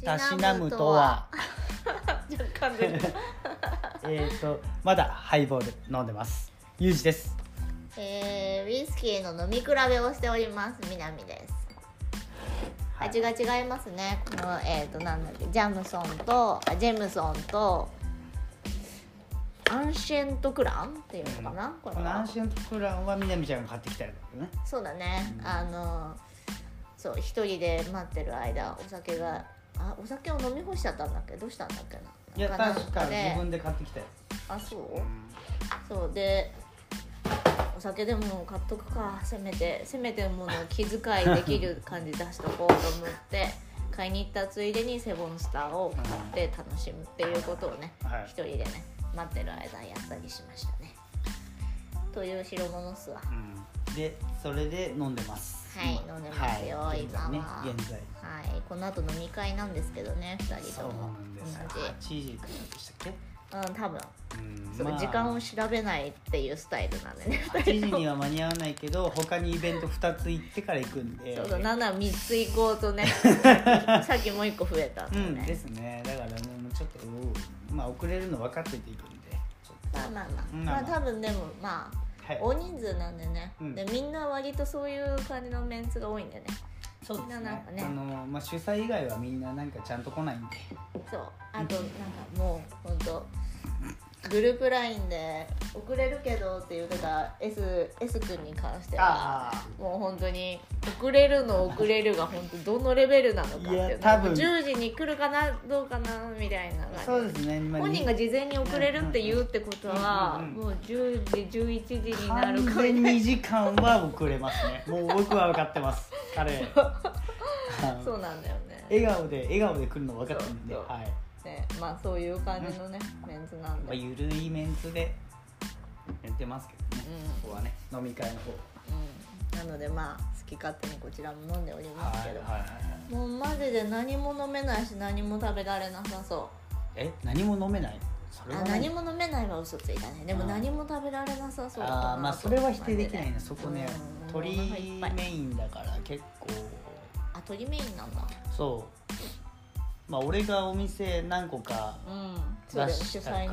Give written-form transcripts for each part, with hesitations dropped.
たしなむとは若干でまだハイボール飲んでます。ゆうじです。 ウイスキーの飲み比べをしております。南です。味が違いますね。このなんだっけ、ジェムソンとアンシェントクランっていうのかな、 このアンシェントクランは南ちゃんが買ってきたやつだね。 そうだね、そう一人で待ってる間お酒を飲み干しちゃったんだっけ、どうしたんだっけな。 いや確か自分で買ってきたやつ。 あ、そう、そうでお酒でも買っとくか、せめてものを気遣いできる感じ出しとこうと思って買いに行ったついでにセボンスターを買って楽しむっていうことをね、一人でね待ってる間やったりしましたね。という代物っすわ。 でそれで飲んでます。 はい、飲んでますよ、 はい、 今は現在。 はい、この後飲み会なんですけどね、2人とも。 そうなんです。8時からでしたっけ？ 多分。時間を調べないっていうスタイルなんでね。 8時には間に合わないけど他にイベント2つ行ってから行くんで。 そうだ、3つ行こうとね。さっきもう1個増えたんでね。 ですね。だからね、ちょっと遅れるの分かってて行くんで。 まあ多分でもまあ。大人数なんでね、でみんな割とそういう感じのメンツが多いんでね。 そうですね。主催以外はみんななんかちゃんと来ないんで。そう。 あとなんかもう本当グループ LINE で遅れるけどって言ってた S 君に関してはもう本当に遅れるが本当どのレベルなのかっていう、多分10時に来るかなどうかなみたいな感じ。 そうですね。 本人が事前に遅れるって言うってことはもう10時11時になるか完全に2時間は遅れますね。もう僕は分かってます。彼そうなんだよね。 笑顔で来るの分かってるんで。 まあそういう感じのね、メンツなんで、 ゆるいメンツでやってますけどね、ここはね飲み会の方、 なのでまあ好き勝手にこちらも飲んでおりますけど、もうマジで何も飲めないし何も食べられなさそう。 何も飲めない？ 何も飲めないは嘘ついたね。でも何も食べられなさそうだな。 まあそれは否定できないね。そこね、鶏メインだから結構。 鶏メインなんだ。 そう。まあ俺がお店何個か出したから、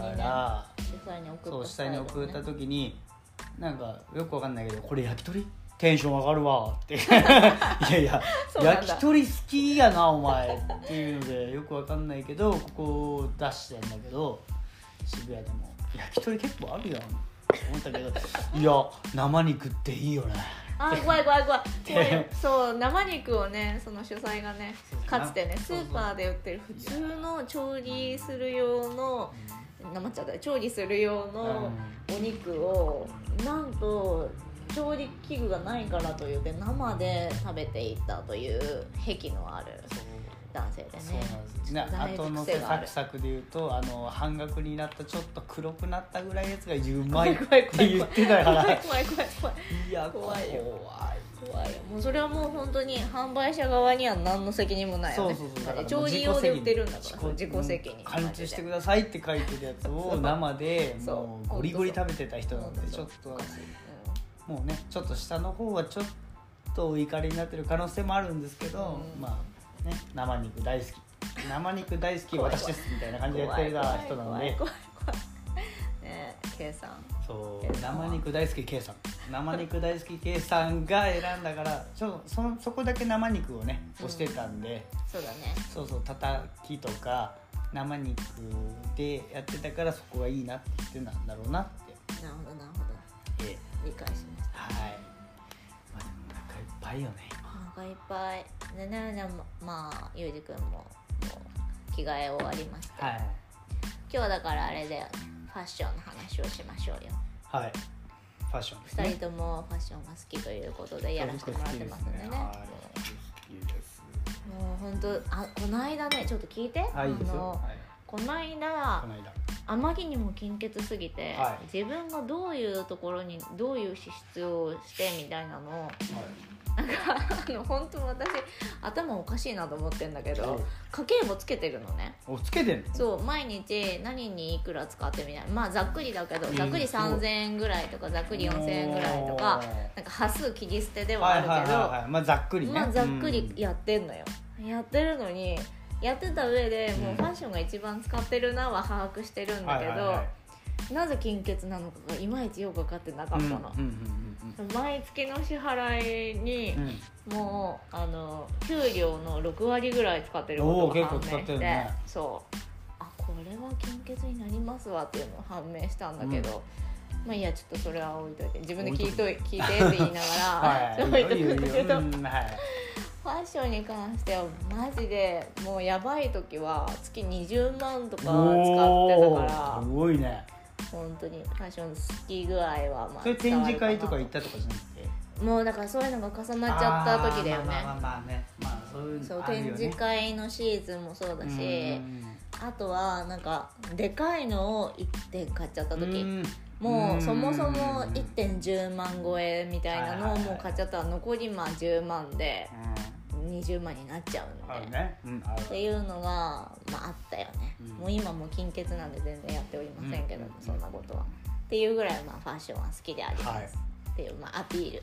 主催に送った時になんかよくわかんないけど、これ焼き鳥テンション上がるわっていや焼き鳥好きやなお前っていうのでよくわかんないけど、ここ出してんだけど、渋谷でも焼き鳥結構あるやんって思ったけど、いや生肉っていいよね。 怖いそう生肉をね、その主催がねかつてねスーパーで売ってる普通の調理する用の調理する用のお肉をなんと調理器具がないからというで生で食べていたという癖のある男性でね。 そうなんですね。後のせサクサクで言うと半額になったちょっと黒くなったぐらいのやつがうまいって言ってたから怖いいや怖いよ。もうそれはもう本当に販売者側には何の責任もないよね。調理用で売ってるんだから自己責任。 加熱してくださいって書いてるやつを生でもうゴリゴリ食べてた人なんで、ちょっともうねちょっと下の方はちょっとお怒りになってる可能性もあるんですけど、まあね、生肉大好き私ですみたいな感じでやってる人なので、 ね、K さん、 そう生肉大好き K さんが選んだからそこだけ生肉をね押してたんで、 そうだね、 そうたたきとか生肉でやってたからそこがいいなって言ってたんだろうなって。 なるほど、理解しました。 はい、まあでもお腹いっぱいよね。 お腹いっぱいでね。まあゆうじくんも着替え終わりまして、今日はだからあれだよね、ファッションの話をしましょうよ。 はい、ファッションですね。 2人ともファッションが好きということでやらせてもらってますんでね。もう本当この間ねちょっと聞いて、この間あまりにも金欠すぎて、自分がどういうところにどういう資質をしてみたいなのを、なんか本当私頭おかしいなと思ってんだけど、家計簿つけてるのね。 つけてんの？ そう、毎日何にいくら使ってみたいな、まあざっくりだけど、ざっくり3000円ぐらいとかざっくり4000円ぐらいとか、なんか端数切り捨てではあるけど、 まあざっくりね、 まあざっくりやってんのよ。やってるのにやってた上でもうファッションが一番使ってるなは把握してるんだけど、なぜ金欠なのかがいまいちよく分かってなかったの。毎月の支払いにもう給料の6割ぐらい使ってることが判明して、ね、そうこれは金欠になりますわっていうのが判明したんだけど、まあいいやちょっとそれは置いといて自分で聞いてって言いながら置いとくんだけど、ファッションに関してはマジでもうやばい時は月20万とか使ってたからすごいね。 本当にファッション好き具合はまあそれ展示会とか行ったとかじゃなくてもうだからそういうのが重なっちゃった時だよね。 そう展示会のシーズンもそうだし、あとはなんかでかいのを1点買っちゃった時、もうそもそも 1.10 万超えみたいなのをもう買っちゃったら残りまあ10万で20万になっちゃうので、っていうのが、まあ、あったよね、もう今もう金欠なんで全然やっておりませんけど、そんなことはっていうぐらいまあファッションは好きであります、っていうまあアピール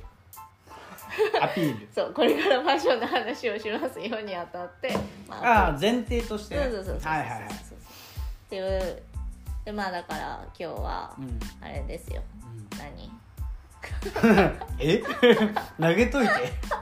そうこれからファッションの話をしますようにあたって、 前提としてっていうでまあだから今日はあれですよ、何投げといて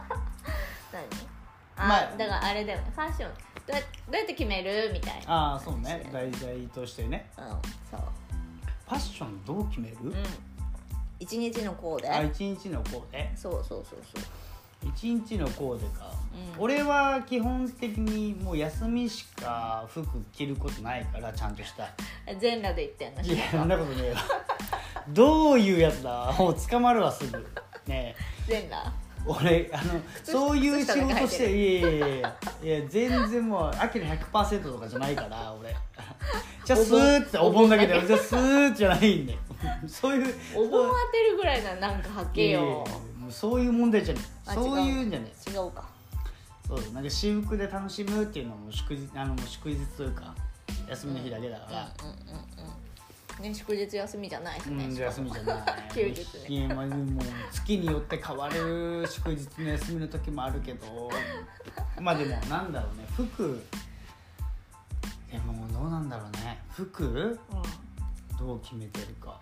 何だからあれだよね、ファッションどうやって決めるみたいな。 そうね、題材としてね。 そうファッションどう決める？ 一日のコーデ。 一日のコーデ。 そう一日のコーデか、俺は基本的にもう休みしか服着ることないからちゃんとした全裸で言ってんの？ いやそんなことねえわどういうやつだ、もう捕まるわすぐねえ全裸俺そういう仕事していや全然もうアキラ 100% とかじゃないから俺じゃあスーってお盆だけでじゃあスーじゃないんだよそういうお盆当てるぐらいなんかはけよ、 もうそういう問題じゃない、そういうんじゃない違うか。 そうなんか私服で楽しむっていうのも祝日というか休みの日だけだから、 ね、祝日休みじゃないしね、 休みじゃない休日ね。 いや、もう月によって変わる祝日の休みの時もあるけどまあでもなんだろうね、服でもどうなんだろうね、服、どう決めてるか、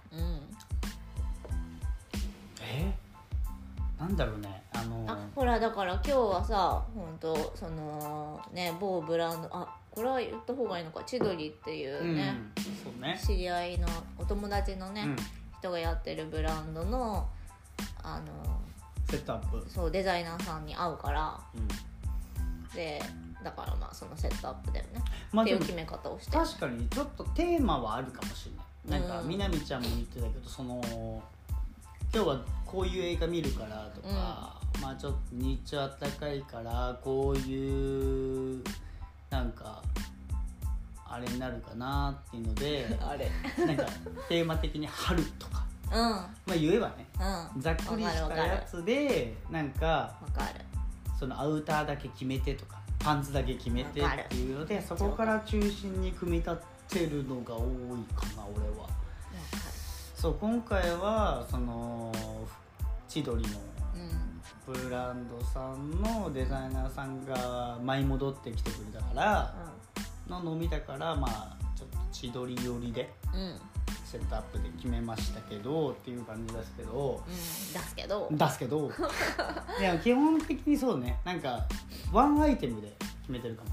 なんだろうね、 ほらだから今日はさ、本当そのね某ブランド、これは言った方がいいのか、千鳥っていうね、 そうね、 知り合いのお友達のね、人がやってるブランドのセットアップ、 そうデザイナーさんに会うから、でだからまあそのセットアップだよね、っていう決め方をして、 確かにちょっとテーマはあるかもしれない。なんかみなみちゃんも言ってたけど、その今日はこういう映画見るからとか、まあちょっと日中あったかいからこういうなんかあれになるかなっていうのであれなんかテーマ的に春とか、まあ言えばね、ざっくりしたやつでなんかそのアウターだけ決めてとかパンツだけ決めてっていうので、そこから中心に組み立てるのが多いかな俺は。そう今回はその千鳥のブランドさんのデザイナーさんが舞い戻ってきてくれたからの飲みだから、まあちょっと千鳥寄りでセットアップで決めましたけどっていう感じですけど、出すけどいや基本的にそうね、なんかワンアイテムで決めてるかも。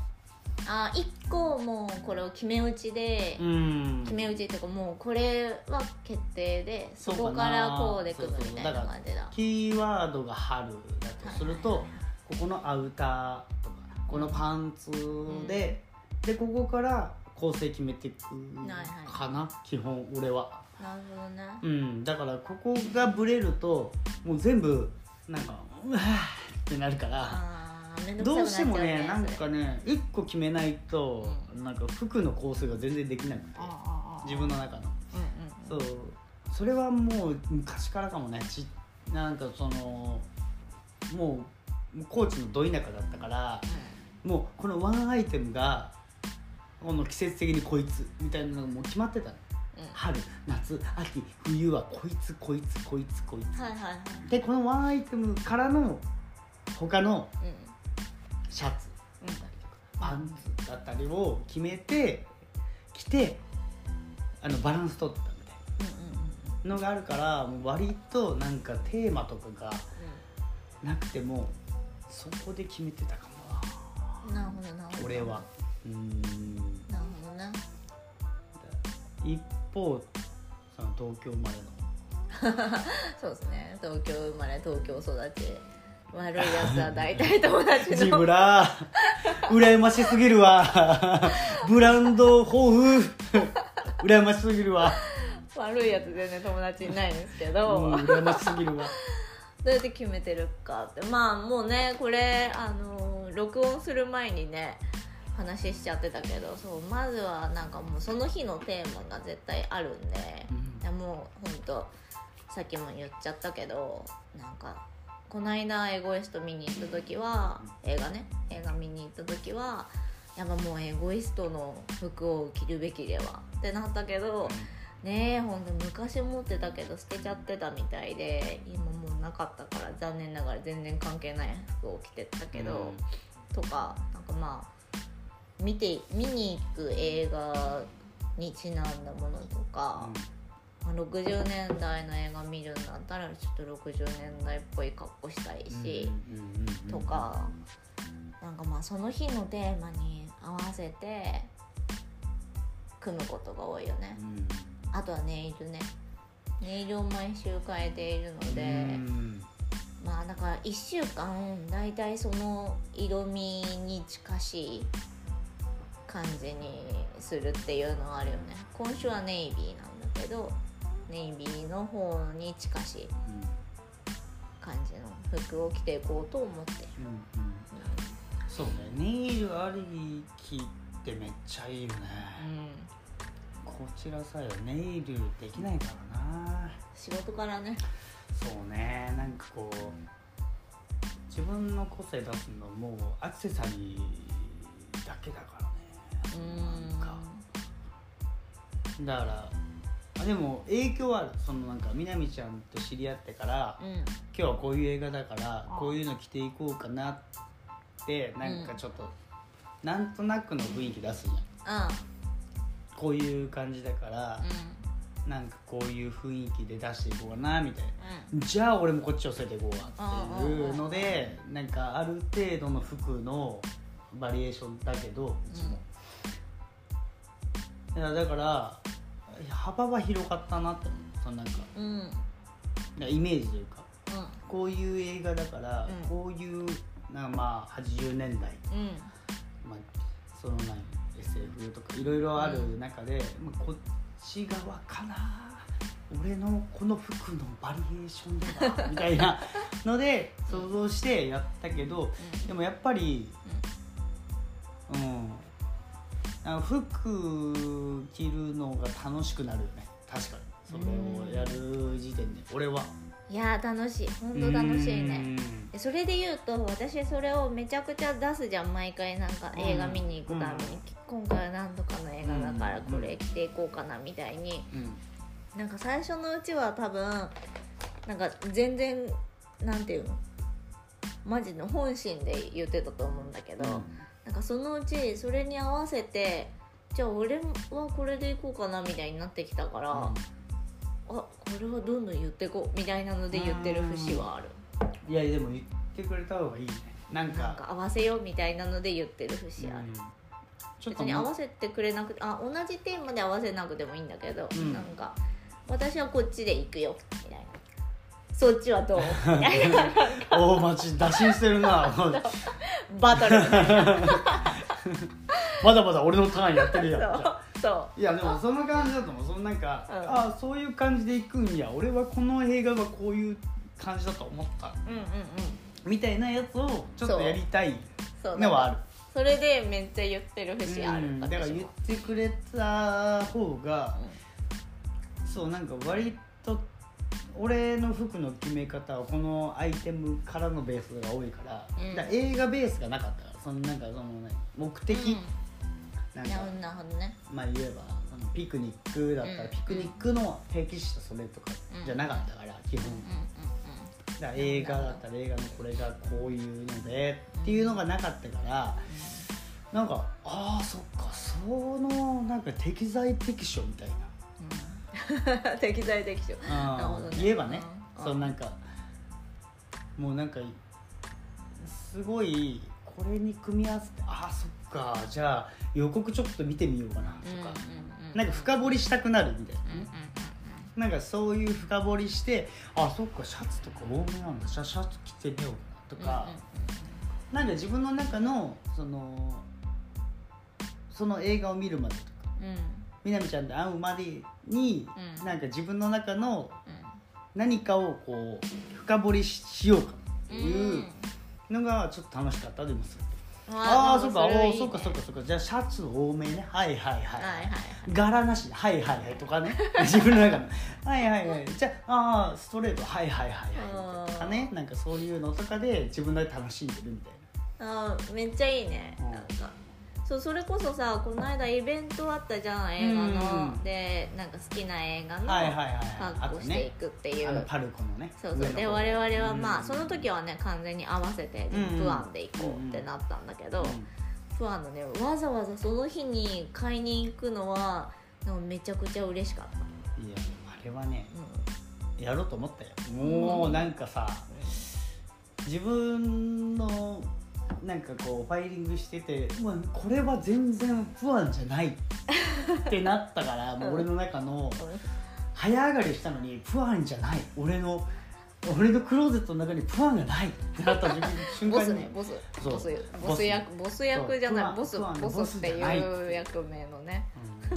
1個もうこれを決め打ちで、決め打ちっていうかもうこれは決定でそこからこうで組むみたいな感じだ。 キーワードが春だとすると、ここのアウターとかこのパンツで、でここから構成決めていくかな、基本俺は。 なるほどね。 だからここがブレるともう全部なんかうわーってなるから。どうしてもね、なんかね1個決めないと、なんか服の構成が全然できなくて、自分の中の、そうそれはもう昔からかもね。なんかそのもう高知のど田舎だったから、もうこのワンアイテムがこの季節的にこいつみたいなのがもう決まってたの、春夏秋冬はこいつこいつこいつこいつ、でこのワンアイテムからの他のシャツだったりとかパンツだったりを決めて着てバランス取ってたみたいなのがあるから、もう割となんかテーマとかがなくてもそこで決めてたかもな。 なるほどなるほど。 俺はなるほどね。 一方その東京生まれのそうですね、東京生まれ東京育ち、悪いやつは大体友達のジブラ羨ましすぎるわブランド豊富羨ましすぎるわ。 悪いやつ全然友達いないんですけど、 羨ましすぎるわ。 どうやって決めてるかって、まあもうねこれ録音する前にね話しちゃってたけど、そうまずはなんかもうその日のテーマが絶対あるんで、いやもうほんとさっきも言っちゃったけど、なんかこの間エゴイスト見に行った時は映画見に行った時はやっぱもうエゴイストの服を着るべきではってなったけどねえ、ほんと昔持ってたけど捨てちゃってたみたいで今もうなかったから残念ながら全然関係ない服を着てたけど、とかなんかまあ見に行く映画にちなんだものとか、60年代の映画見るんだったらちょっと60年代っぽい格好したいし、とかなんかまあその日のテーマに合わせて組むことが多いよね。あとはネイルを毎週変えているので、まあだから1週間だいたいその色味に近しい感じにするっていうのはあるよね。今週はネイビーなんだけどネイビーの方に近しい感じの服を着ていこうと思ってる。 そうね、ネイルありきってめっちゃいいよね。こちらさよネイルできないからな、 仕事からね。 そうね、なんかこう自分の個性出すのもうアクセサリーだけだからね。なんかだからでも影響はある。そのなんかみなみちゃんと知り合ってから、今日はこういう映画だからこういうの着ていこうかなってなんかちょっと、なんとなくの雰囲気出すじゃん。こういう感じだから、なんかこういう雰囲気で出していこうかなみたいな、じゃあ俺もこっちを添えていこうわっていうので、なんかある程度の服のバリエーションだけど、うちもいやだから幅は広かったなって思う。そのなんか、イメージというか、こういう映画だから、こういうなんかまあ80年代、まあ、その何 SF とかいろいろある中で、こっち側かな、俺のこの服のバリエーションではみたいなので想像してやったけど、でもやっぱり服着るのが楽しくなるよね。確かにそれをやる時点で俺は。 いや楽しい、本当楽しいね。それで言うと私それをめちゃくちゃ出すじゃん、毎回なんか映画見に行くたびに、今回は何とかの映画だからこれ着ていこうかなみたいに、なんか最初のうちは多分なんか全然なんていうのマジの本心で言ってたと思うんだけど、なんかそのうちそれに合わせてじゃあ俺はこれでいこうかなみたいになってきたから、これはどんどん言ってこうみたいなので言ってる節はある。 いやでも言ってくれた方がいいね。なんか合わせようみたいなので言ってる節ある。別に合わせてくれなくて同じテーマで合わせなくてもいいんだけど、なんか私はこっちで行くよみたいな、そっちはどうみたいなおマジ打診してるなバトルみたいなまだまだ俺のターンやってるやん。 そういやでもそんな感じだと思う。そのなんか、そういう感じで行くんや、俺はこの映画はこういう感じだと思った、みたいなやつをちょっとやりたいのはある。 それでめっちゃ言ってる節ある。 だから言ってくれた方が、そうなんか割と俺の服の決め方はこのアイテムからのベースが多いから、だから映画ベースがなかったから、そのなんかその、ね、目的、なんかなるほどね。 まあ言えばそのピクニックだったら、ピクニックの定期したそれとかじゃなかったから、基本、だから映画だったら映画のこれがこういうのでっていうのがなかったから、 なんかそっかそのなんか適材適所みたいな、うん、適材適所なるほど、ね、言えばね、そのなんかもうなんかすごいこれに組み合わせてそっかじゃあ予告ちょっと見てみようかなとか、なんか深掘りしたくなるみたいなね、なんかそういう深掘りしてそっかシャツとか多めなんだシャツ着てみようかなとか、なんか自分の中のその映画を見るまでとか、みなみちゃんと会うまでに、なんか自分の中の何かをこう深掘りしようかっていうのがちょっと楽しかったりもする。そっかそっかじゃあシャツ多めねはい柄なしはいとかね自分の中のじゃあストレートはいとかね、なんかそういうのとかで自分で楽しんでるみたいな。 めっちゃいいね、なんかそれこそさこの間イベントあったじゃん映画の、でなんか好きな映画の格好していくっていう、 パルコのねそうで我々はまあその時はね完全に合わせてプアンで行こうってなったんだけど、プアンのねわざわざその日に買いに行くのはめちゃくちゃ嬉しかった。 いやあれはね、やろうと思ったよ。もうなんかさ、自分のなんかこうファイリングしてて、これは全然プアンじゃないってなったからもう俺の中の早上がりしたのにプアンじゃない、俺のクローゼットの中にプアンがないってなった瞬間にボス役じゃないボスっていう役名のね、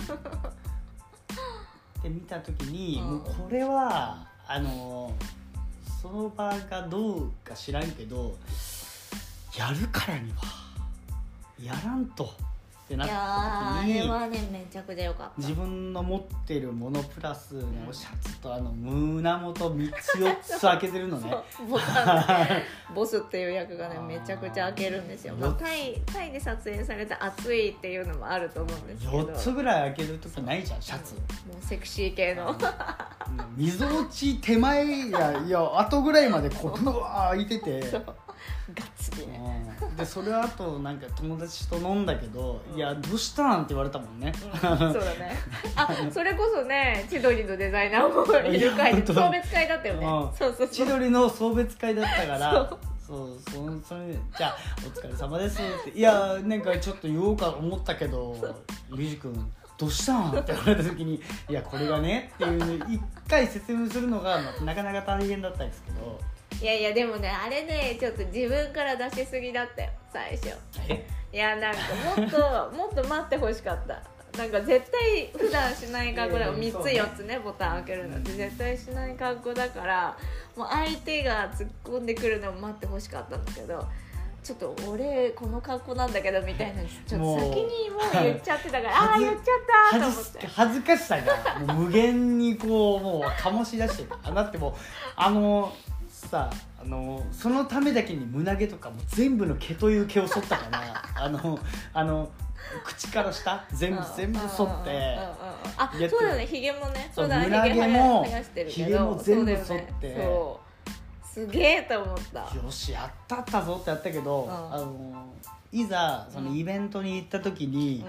で見た時に、もうこれはその場がどうか知らんけどやるからにはやらんとってなった時に、 あれはねめちゃくちゃ良かった。 自分の持ってるものプラスのシャツと胸元3つ4つ開けてるのねボスっていう役がねめちゃくちゃ開けるんですよ。タイで撮影された暑いっていうのもあると思うんですけど、 4つぐらい開けるとかないじゃんシャツ、もうセクシー系の溝落ち手前や後ぐらいまでこうブワー開いててガッツリね、 でそれはあとなんか友達と飲んだけど、いやどうしたんって言われたもんね、 そうだねそれこそね千鳥のデザイナーもいる会で送別会だったよね、そう千鳥の送別会だったからそれじゃあお疲れ様ですって、いやなんかちょっと言おうか思ったけどゆうじくんどうしたんって言われた時にいやこれがねっていう一回説明するのがなかなか大変だったんですけど、 いやでもねあれねちょっと自分から出しすぎだったよ最初。いやなんかもっと待ってほしかった。なんか絶対普段しない格好だから3つ4つねボタン開けるのって絶対しない格好だからもう相手が突っ込んでくるのを待ってほしかったんだけど、ちょっと俺この格好なんだけどみたいなちょっと先にもう言っちゃってたから言っちゃったと思って恥ずかしさがもう無限にこうもう醸し出してるだってもうさそのためだけに胸毛とかも全部の毛という毛を剃ったから口から下全部剃ってそうだねひげもねそうだ胸毛も生やしてるけどひげも全部剃って、 すげえと思った。 よしやったぞってやったけど、いざそのイベントに行った時に、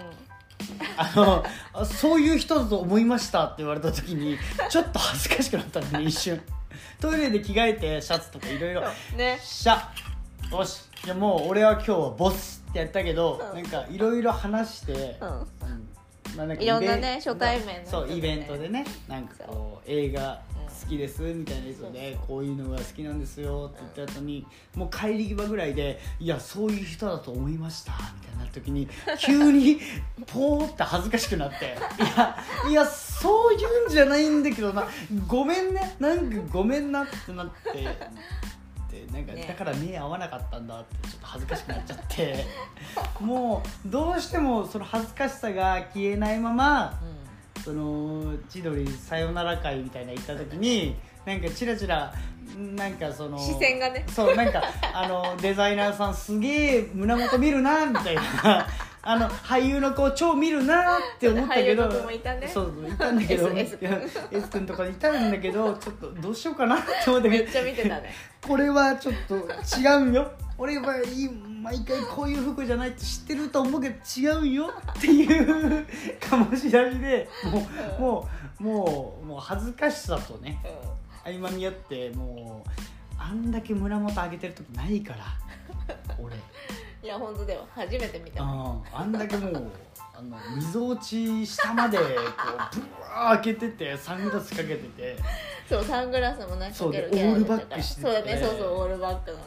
そういう人だと思いましたって言われた時にちょっと恥ずかしくなったんで、ね、一瞬トイレで着替えてシャツとかいろいろしゃよしじゃあもう俺は今日はボスってやったけど、なんかいろいろ話して、 いろんなね初対面のそうイベントでねなんかこう映画好きですみたいな人でこういうのが好きなんですよって言った後にもう帰り際ぐらいでいやそういう人だと思いましたみたいな時に急にポーって恥ずかしくなっていやそういうんじゃないんだけどなごめんねなんかごめんなってなってなんかだから目合わなかったんだってちょっと恥ずかしくなっちゃってもうどうしてもその恥ずかしさが消えないまま、その千鳥さよなら会みたいな行った時になんかチラチラなんかその視線がねそうなんかデザイナーさんすげえ胸元見るなみたいな俳優の子超見るなって思ったけど俳優の子もいたねそういたんだけど S 君とかいたんだけどちょっとどうしようかなって思ったけどめっちゃ見てたねこれはちょっと違うよ俺は毎回こういう服じゃないって知ってると思うけど違うよっていう醸し出しでもう恥ずかしさとね、相まみ合ってもうあんだけ胸元上げてる時ないから俺いや本当だよ、初めて見た。 あんだけもうみぞおち下までこうブワー開けててサングラスかけてて、 そうサングラスもねかけるオールバックしてて、 そうだね、そうオールバックのね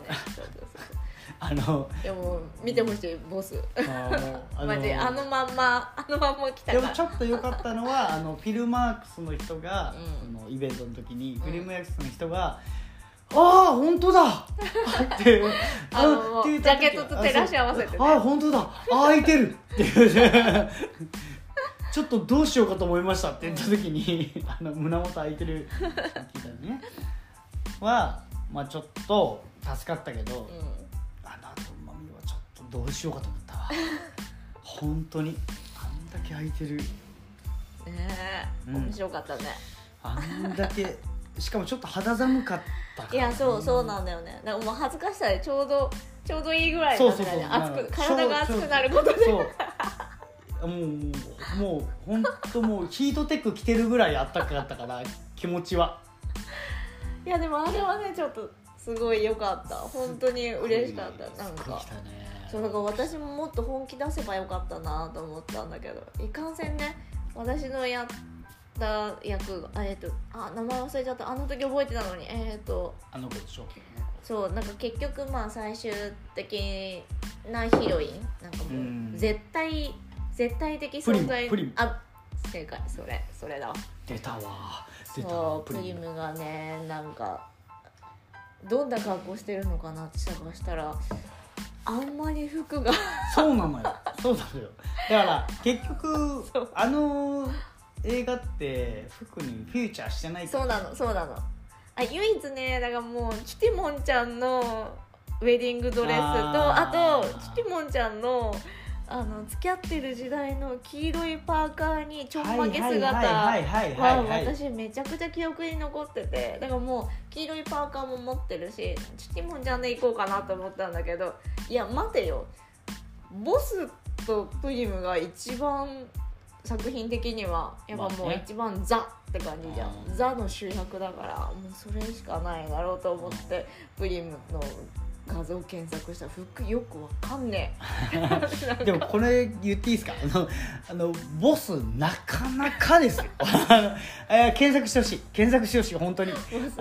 いやもう見てほしいボスマジあのまんま来たから。 でもちょっと良かったのはフィルマークスの人が、イベントの時にフィルマークスの人が、ああ本当だってジャケットと照らし合わせて、ね、 ああ本当だ開いてるっていうちょっとどうしようかと思いましたって言った時に胸元開いてる聞いたのねは、まあ、ちょっと助かったけど、あとマミはちょっとどうしようかと思ったわ本当にあんだけ開いてるねえ、面白かったね。 あんだけしかもちょっと肌寒かったから、 いやそうなんだよね。だからもう恥ずかしさでちょうどいいぐらいなんだよね。体が熱くなることでもう本当もうヒートテック着てるぐらいあったかかったから気持ちは。 いやでもあれはねちょっとすごい良かった。本当に嬉しかった。なんかそうだから私ももっと本気出せばよかったなと思ったんだけど、いかんせんね私のやった役が名前忘れちゃった。あの時覚えてたのにあの子でしょ。 そうなんか結局まあ最終的なヒロインなんかもう絶対的存在。 プリムあ正解それだ。 出たわそうプリムがねなんかどんな格好してるのかなって探したらあんまり服がそうなのよそうなのよ。だから結局映画って服にフューチャーしてないから。 そうなの唯一ねだからもうチュティモンちゃんのウェディングドレスとあとチュティモンちゃんの付き合ってる時代の黄色いパーカーにちょんまげ姿は私めちゃくちゃ記憶に残ってて、だからもう黄色いパーカーも持ってるしチュティモンちゃんで行こうかなと思ったんだけど、いや待てよ、ボスとプリムが一番作品的にはやっぱもう一番ザって感じじゃん、ザの主役だからもうそれしかないだろうと思ってプリムの画像検索したら服よくわかんねえでもこれ言っていいですか、ボスなかなかですよ検索してほしい本当に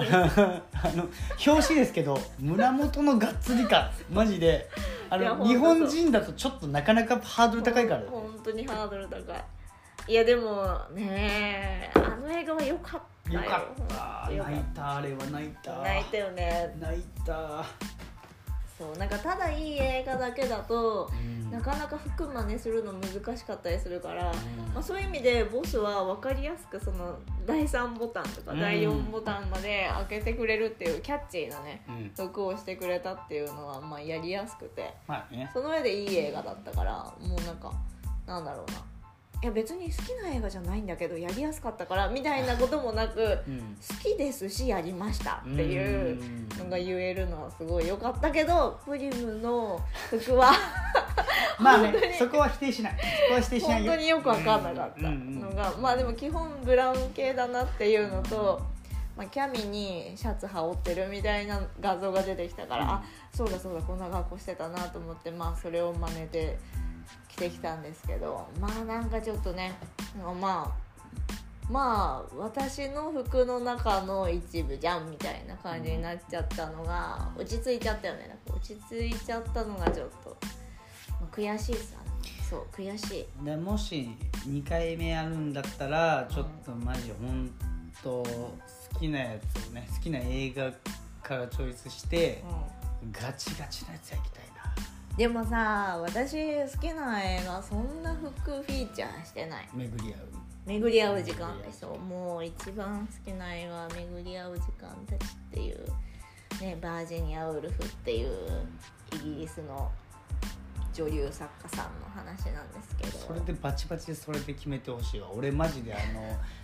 表紙ですけど胸元のがっつり感マジで日本人だとちょっとなかなかハードル高いから、ね、 本当にハードル高い。いやでもねあの映画は良かったよ。 よかった泣いた。あれは泣いたよね。 泣いた。 そうなんかただいい映画だけだと、なかなか服真似するの難しかったりするから、まあ、そういう意味でボスは分かりやすくその第3ボタンとか第4ボタンまで開けてくれるっていうキャッチーなね、服をしてくれたっていうのはまあやりやすくて、その上でいい映画だったからもうなんかなんだろうな、いや別に好きな映画じゃないんだけどやりやすかったからみたいなこともなく、好きですしやりましたっていうのが言えるのはすごい良かったけど、プリムの服はまあねそこは否定しない本当によく分かんなかったのが、まあでも基本ブラウン系だなっていうのと、まあ、キャミにシャツ羽織ってるみたいな画像が出てきたから、あそうだこんな格好してたなと思って、まあそれを真似て着てきたんですけど、まあなんかちょっとねまあ私の服の中の一部じゃんみたいな感じになっちゃったのが落ち着いちゃったよね。なんか落ち着いちゃったのがちょっと、まあ、悔しいさ。そう悔しい。 でもし2回目やるんだったらちょっとマジ本当好きなやつをね、好きな映画からチョイスして、ガチガチなやつやりたいな。 でもさ私好きな映画そんな服フィーチャーしてない。巡り合う時間でしょ。もう一番好きな映画巡り合う時間たちっていうね、バージニア・ウルフっていうイギリスの女優作家さんの話なんですけど、 それでバチバチでそれで決めてほしいわ。俺マジで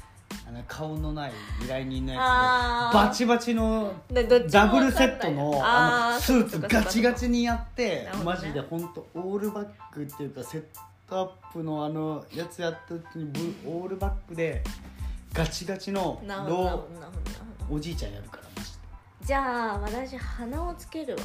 顔のない依頼人のやつでバチバチのダブルセットのスーツガチガチにやって、マジで本当オールバックっていうかセットアップのやつやった時にオールバックでガチガチのおじいちゃんやるからマジで。 じゃあ私鼻をつけるわ。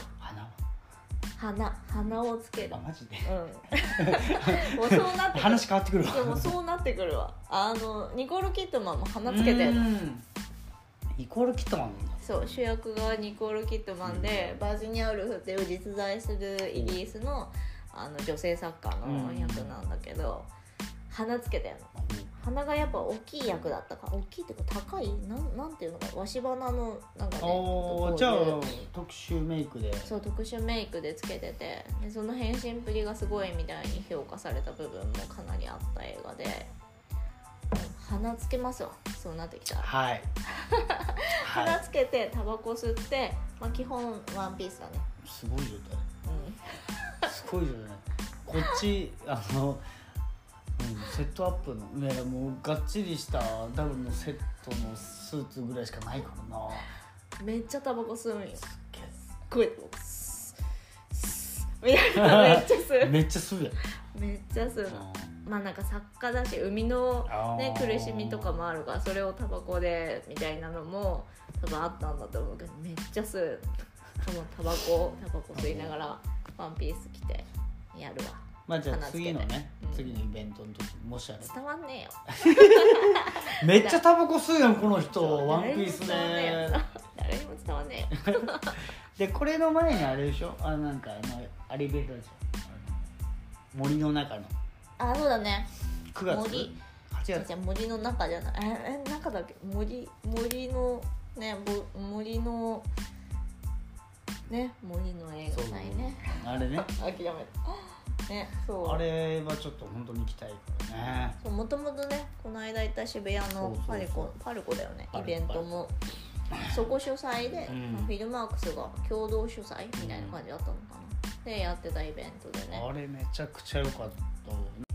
鼻をつける。 マジで。 もうそうなって話変わってくるわ。 でもそうなってくるわ。ニコール・キットマンも鼻つけてる。 ニコール・キットマン。 そう、主役がニコール・キットマンで、バージニア・ウルフっていう実在するイギリスの女性作家の役なんだけど、鼻つけてるの。鼻がやっぱ大きい役だったから、大きいっていうか高いなんていうのか、わし鼻のなんかね、 じゃあ特殊メイクで。 そう特殊メイクでつけてて、でその変身っぷりがすごいみたいに評価された部分もかなりあった映画で、鼻つけますわ、そうなってきたら。 はい鼻つけてタバコ吸って、基本ワンピースだね。 すごい状態、すごい状態。こっちセットアップのね、もうがっちりしたダブルのセットのスーツぐらいしかないからな。 めっちゃタバコ吸うんよ。すっごいみたいな、めっちゃ吸う。 めっちゃ吸うやん。 めっちゃ吸うの。なんか作家だし、生みの、ね、苦しみとかもあるから、それをタバコでみたいなのも多分あったんだと思うけど、めっちゃ吸う。このタバコ吸いながらワンピース着てやるわ。 じゃあ次のね、次のイベントの時もしあれ伝わんねえよ。 めっちゃタバコ吸うやんこの人。ワンピースで誰にも伝わんねえよ。 でこれの前にあれでしょ、なんかアリベーターでしょ、森の中の。 そうだね。 9月森、 8月。 森の中じゃない。中だっけ。森のね、森のね、森の映画祭ね。 あれね。 諦めた。ね、そうあれはちょっと本当に行きたいからね。 もともとね、この間行った渋谷のパルコだよね、イベントもそこ主催で、フィルマークスが共同主催みたいな感じだったのかな、でやってたイベントでね。 あれめちゃくちゃ良かった。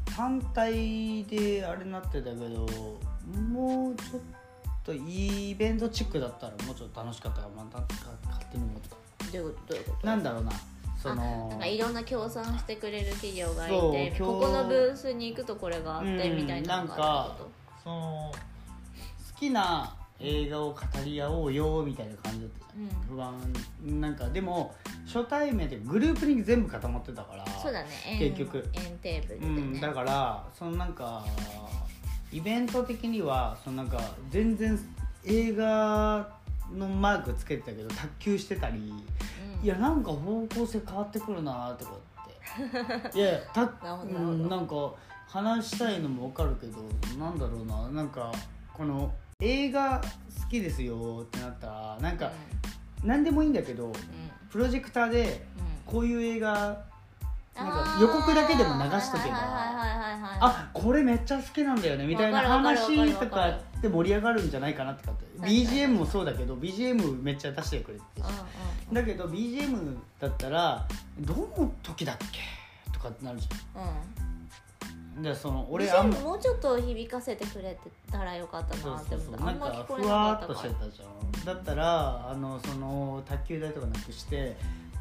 単体であれなってたけど、もうちょっといいイベントチックだったらもうちょっと楽しかったから、また勝手に思ってた。 どういうことなんだろうな、 なんかいろんな協賛してくれる企業がいて、ここのブースに行くとこれがあってみたいなのがあるってこと。 好きな映画を語り合おうよみたいな感じだったじゃん、不安なんか。でも初対面でグループに全部固まってたから。そうだね、結局円テーブルでね、 だからなんかイベント的にはなんか全然映画のマークつけてたけど卓球してたり、いやなんか方向性変わってくるなとかって。いやなんか話したいのも分かるけど、なんだろうな、なんかこの映画好きですよってなったらなんか、何でもいいんだけど、プロジェクターでこういう映画なんか予告だけでも流しとけば、あ、これめっちゃ好きなんだよねみたいな話とかで盛り上がるんじゃないかなって。BGM もそうだけど BGM めっちゃ出してくれてるし、だけど BGM だったらどの時だっけとかってなるじゃん。で俺もうちょっと響かせてくれてたらよかったなって思った。 なんかふわっとしてたじゃん。だったら卓球台とかなくして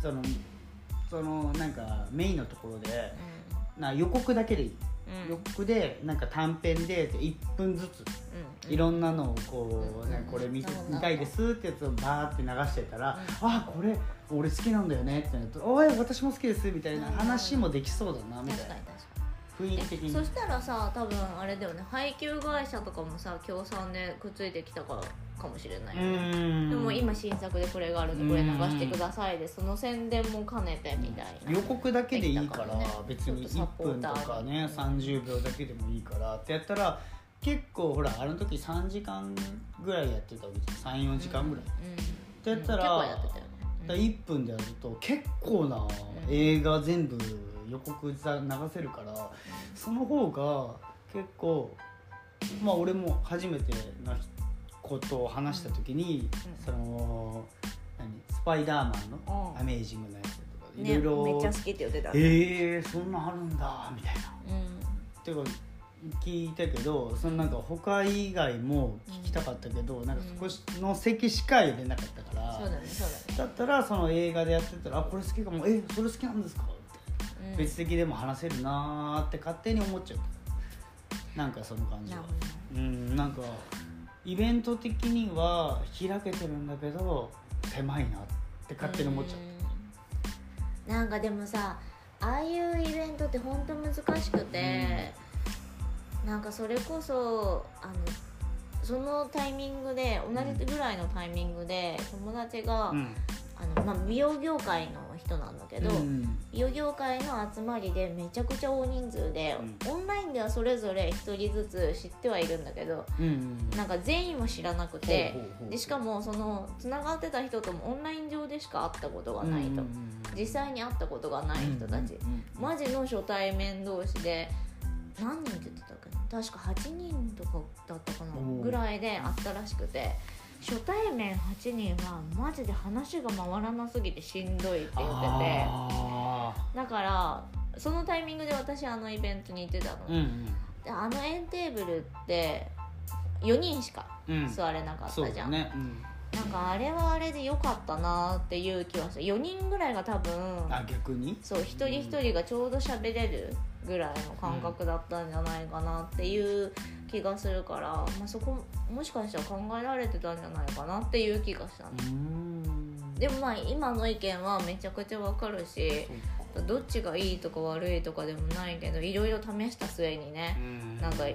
なんかメインのところで、予告だけでいい、予告でなんか短編で1分ずつ、いろんなのをこれ見たいですってやつをバーって流してたら、あ、これ俺好きなんだよねってなると、おい私も好きですみたいな話もできそうだなみたいな。雰囲気的に。 そしたらさ、多分あれだよね、配給会社とかもさ協賛でくっついてきたからかもしれないよね。でも今新作でこれがあるんでこれ流してくださいで、その宣伝も兼ねてみたいな。 予告だけでいいから、別に1分とかね30秒だけでもいいからってやったら、結構ほらあの時3時間ぐらいやってたわけじゃん、 3,4 時間ぐらい、ってやったら、1分でやると結構な映画全部予告流せるから、その方が結構、俺も初めてのことを話した時に、スパイダーマンのアメージングなやつとかいろいろめっちゃ好きって言ってた、 そんなあるんだみたいな、てか聞いたけど、そのなんか他以外も聞きたかったけど、なんかそこの席しか入れなかったから、 そうだねそうだね。 だったらその映画でやってたら、あこれ好きかも、それ好きなんですかって、別席でも話せるなーって勝手に思っちゃう。なんかその感じは、なんかイベント的には開けてるんだけど狭いなって勝手に思っちゃう。なんかでもさ、ああいうイベントって本当難しくて、なんかそれこそそのタイミングで同じぐらいのタイミングで友達が、美容業界の人なんだけど、美容業界の集まりでめちゃくちゃ大人数で、オンラインではそれぞれ1人ずつ知ってはいるんだけど、なんか全員も知らなくて、でしかもそのつながってた人ともオンライン上でしか会ったことがないと、実際に会ったことがない人たち、マジの初対面同士で何人って言ってたっけな、確か8人とかだったかなぐらいで会ったらしくて、初対面8人はマジで話が回らなすぎてしんどいって言ってて、だからそのタイミングで私イベントに行ってたの、で円テーブルって4人しか座れなかったじゃん、なんかあれはあれで良かったなっていう気はする。4人ぐらいが多分逆にそう一人一人がちょうど喋れるぐらいの感覚だったんじゃないかなっていう気がするから、そこもしかしたら考えられてたんじゃないかなっていう気がしたね。でも今の意見はめちゃくちゃわかるし、どっちがいいとか悪いとかでもないけど、いろいろ試した末にね、なんか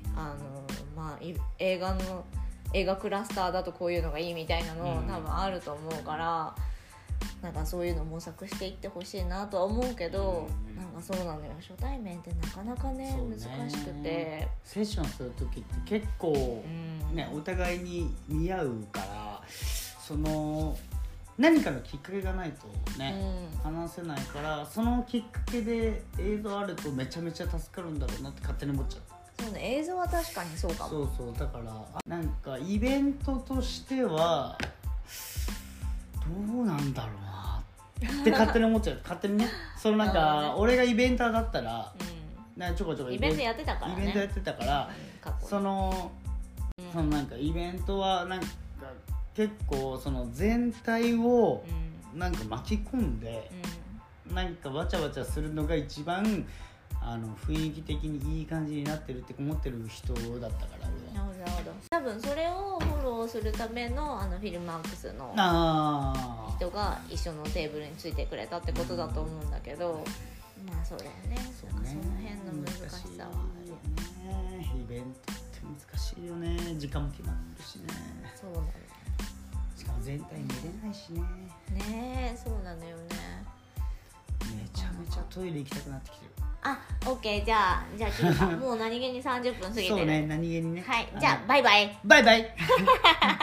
映画クラスターだとこういうのがいいみたいなの多分あると思うから、なんかそういうの模索していってほしいなとは思うけど、なんかそうなのよ、初対面ってなかなかね難しくて、 セッションする時って結構、お互いに見合うから、その何かのきっかけがないとね、話せないから、そのきっかけで映像あるとめちゃめちゃ助かるんだろうなって勝手に思っちゃった。 そうね、映像は確かにそうかも。 そうだからなんかイベントとしてはどうなんだろうなって勝手に思っちゃう勝手にね。そのなんか俺がイベンターだったら、ちょこちょこイベントやってたからね、 イベントやってたから、そのなんかイベントはなんか結構その全体をなんか巻き込んで、なんかわちゃわちゃするのが一番雰囲気的にいい感じになってるって思ってる人だったから俺は。 なるほど。多分それをフォローするためのフィルマークスの人が一緒のテーブルについてくれたってことだと思うんだけど、そうだよね。なんかその辺の難しさはあるよね。イベントって難しいよね。時間も決まってるしね。 そうだね。 しかも全体見れないしね。 ねえ、そうなのよね。 めちゃめちゃトイレ行きたくなってきてる。 オッケー、じゃあキリさんもう何気に30分過ぎてる。 そうね、何気にね。 はい、じゃあバイバイ。 バイバイ。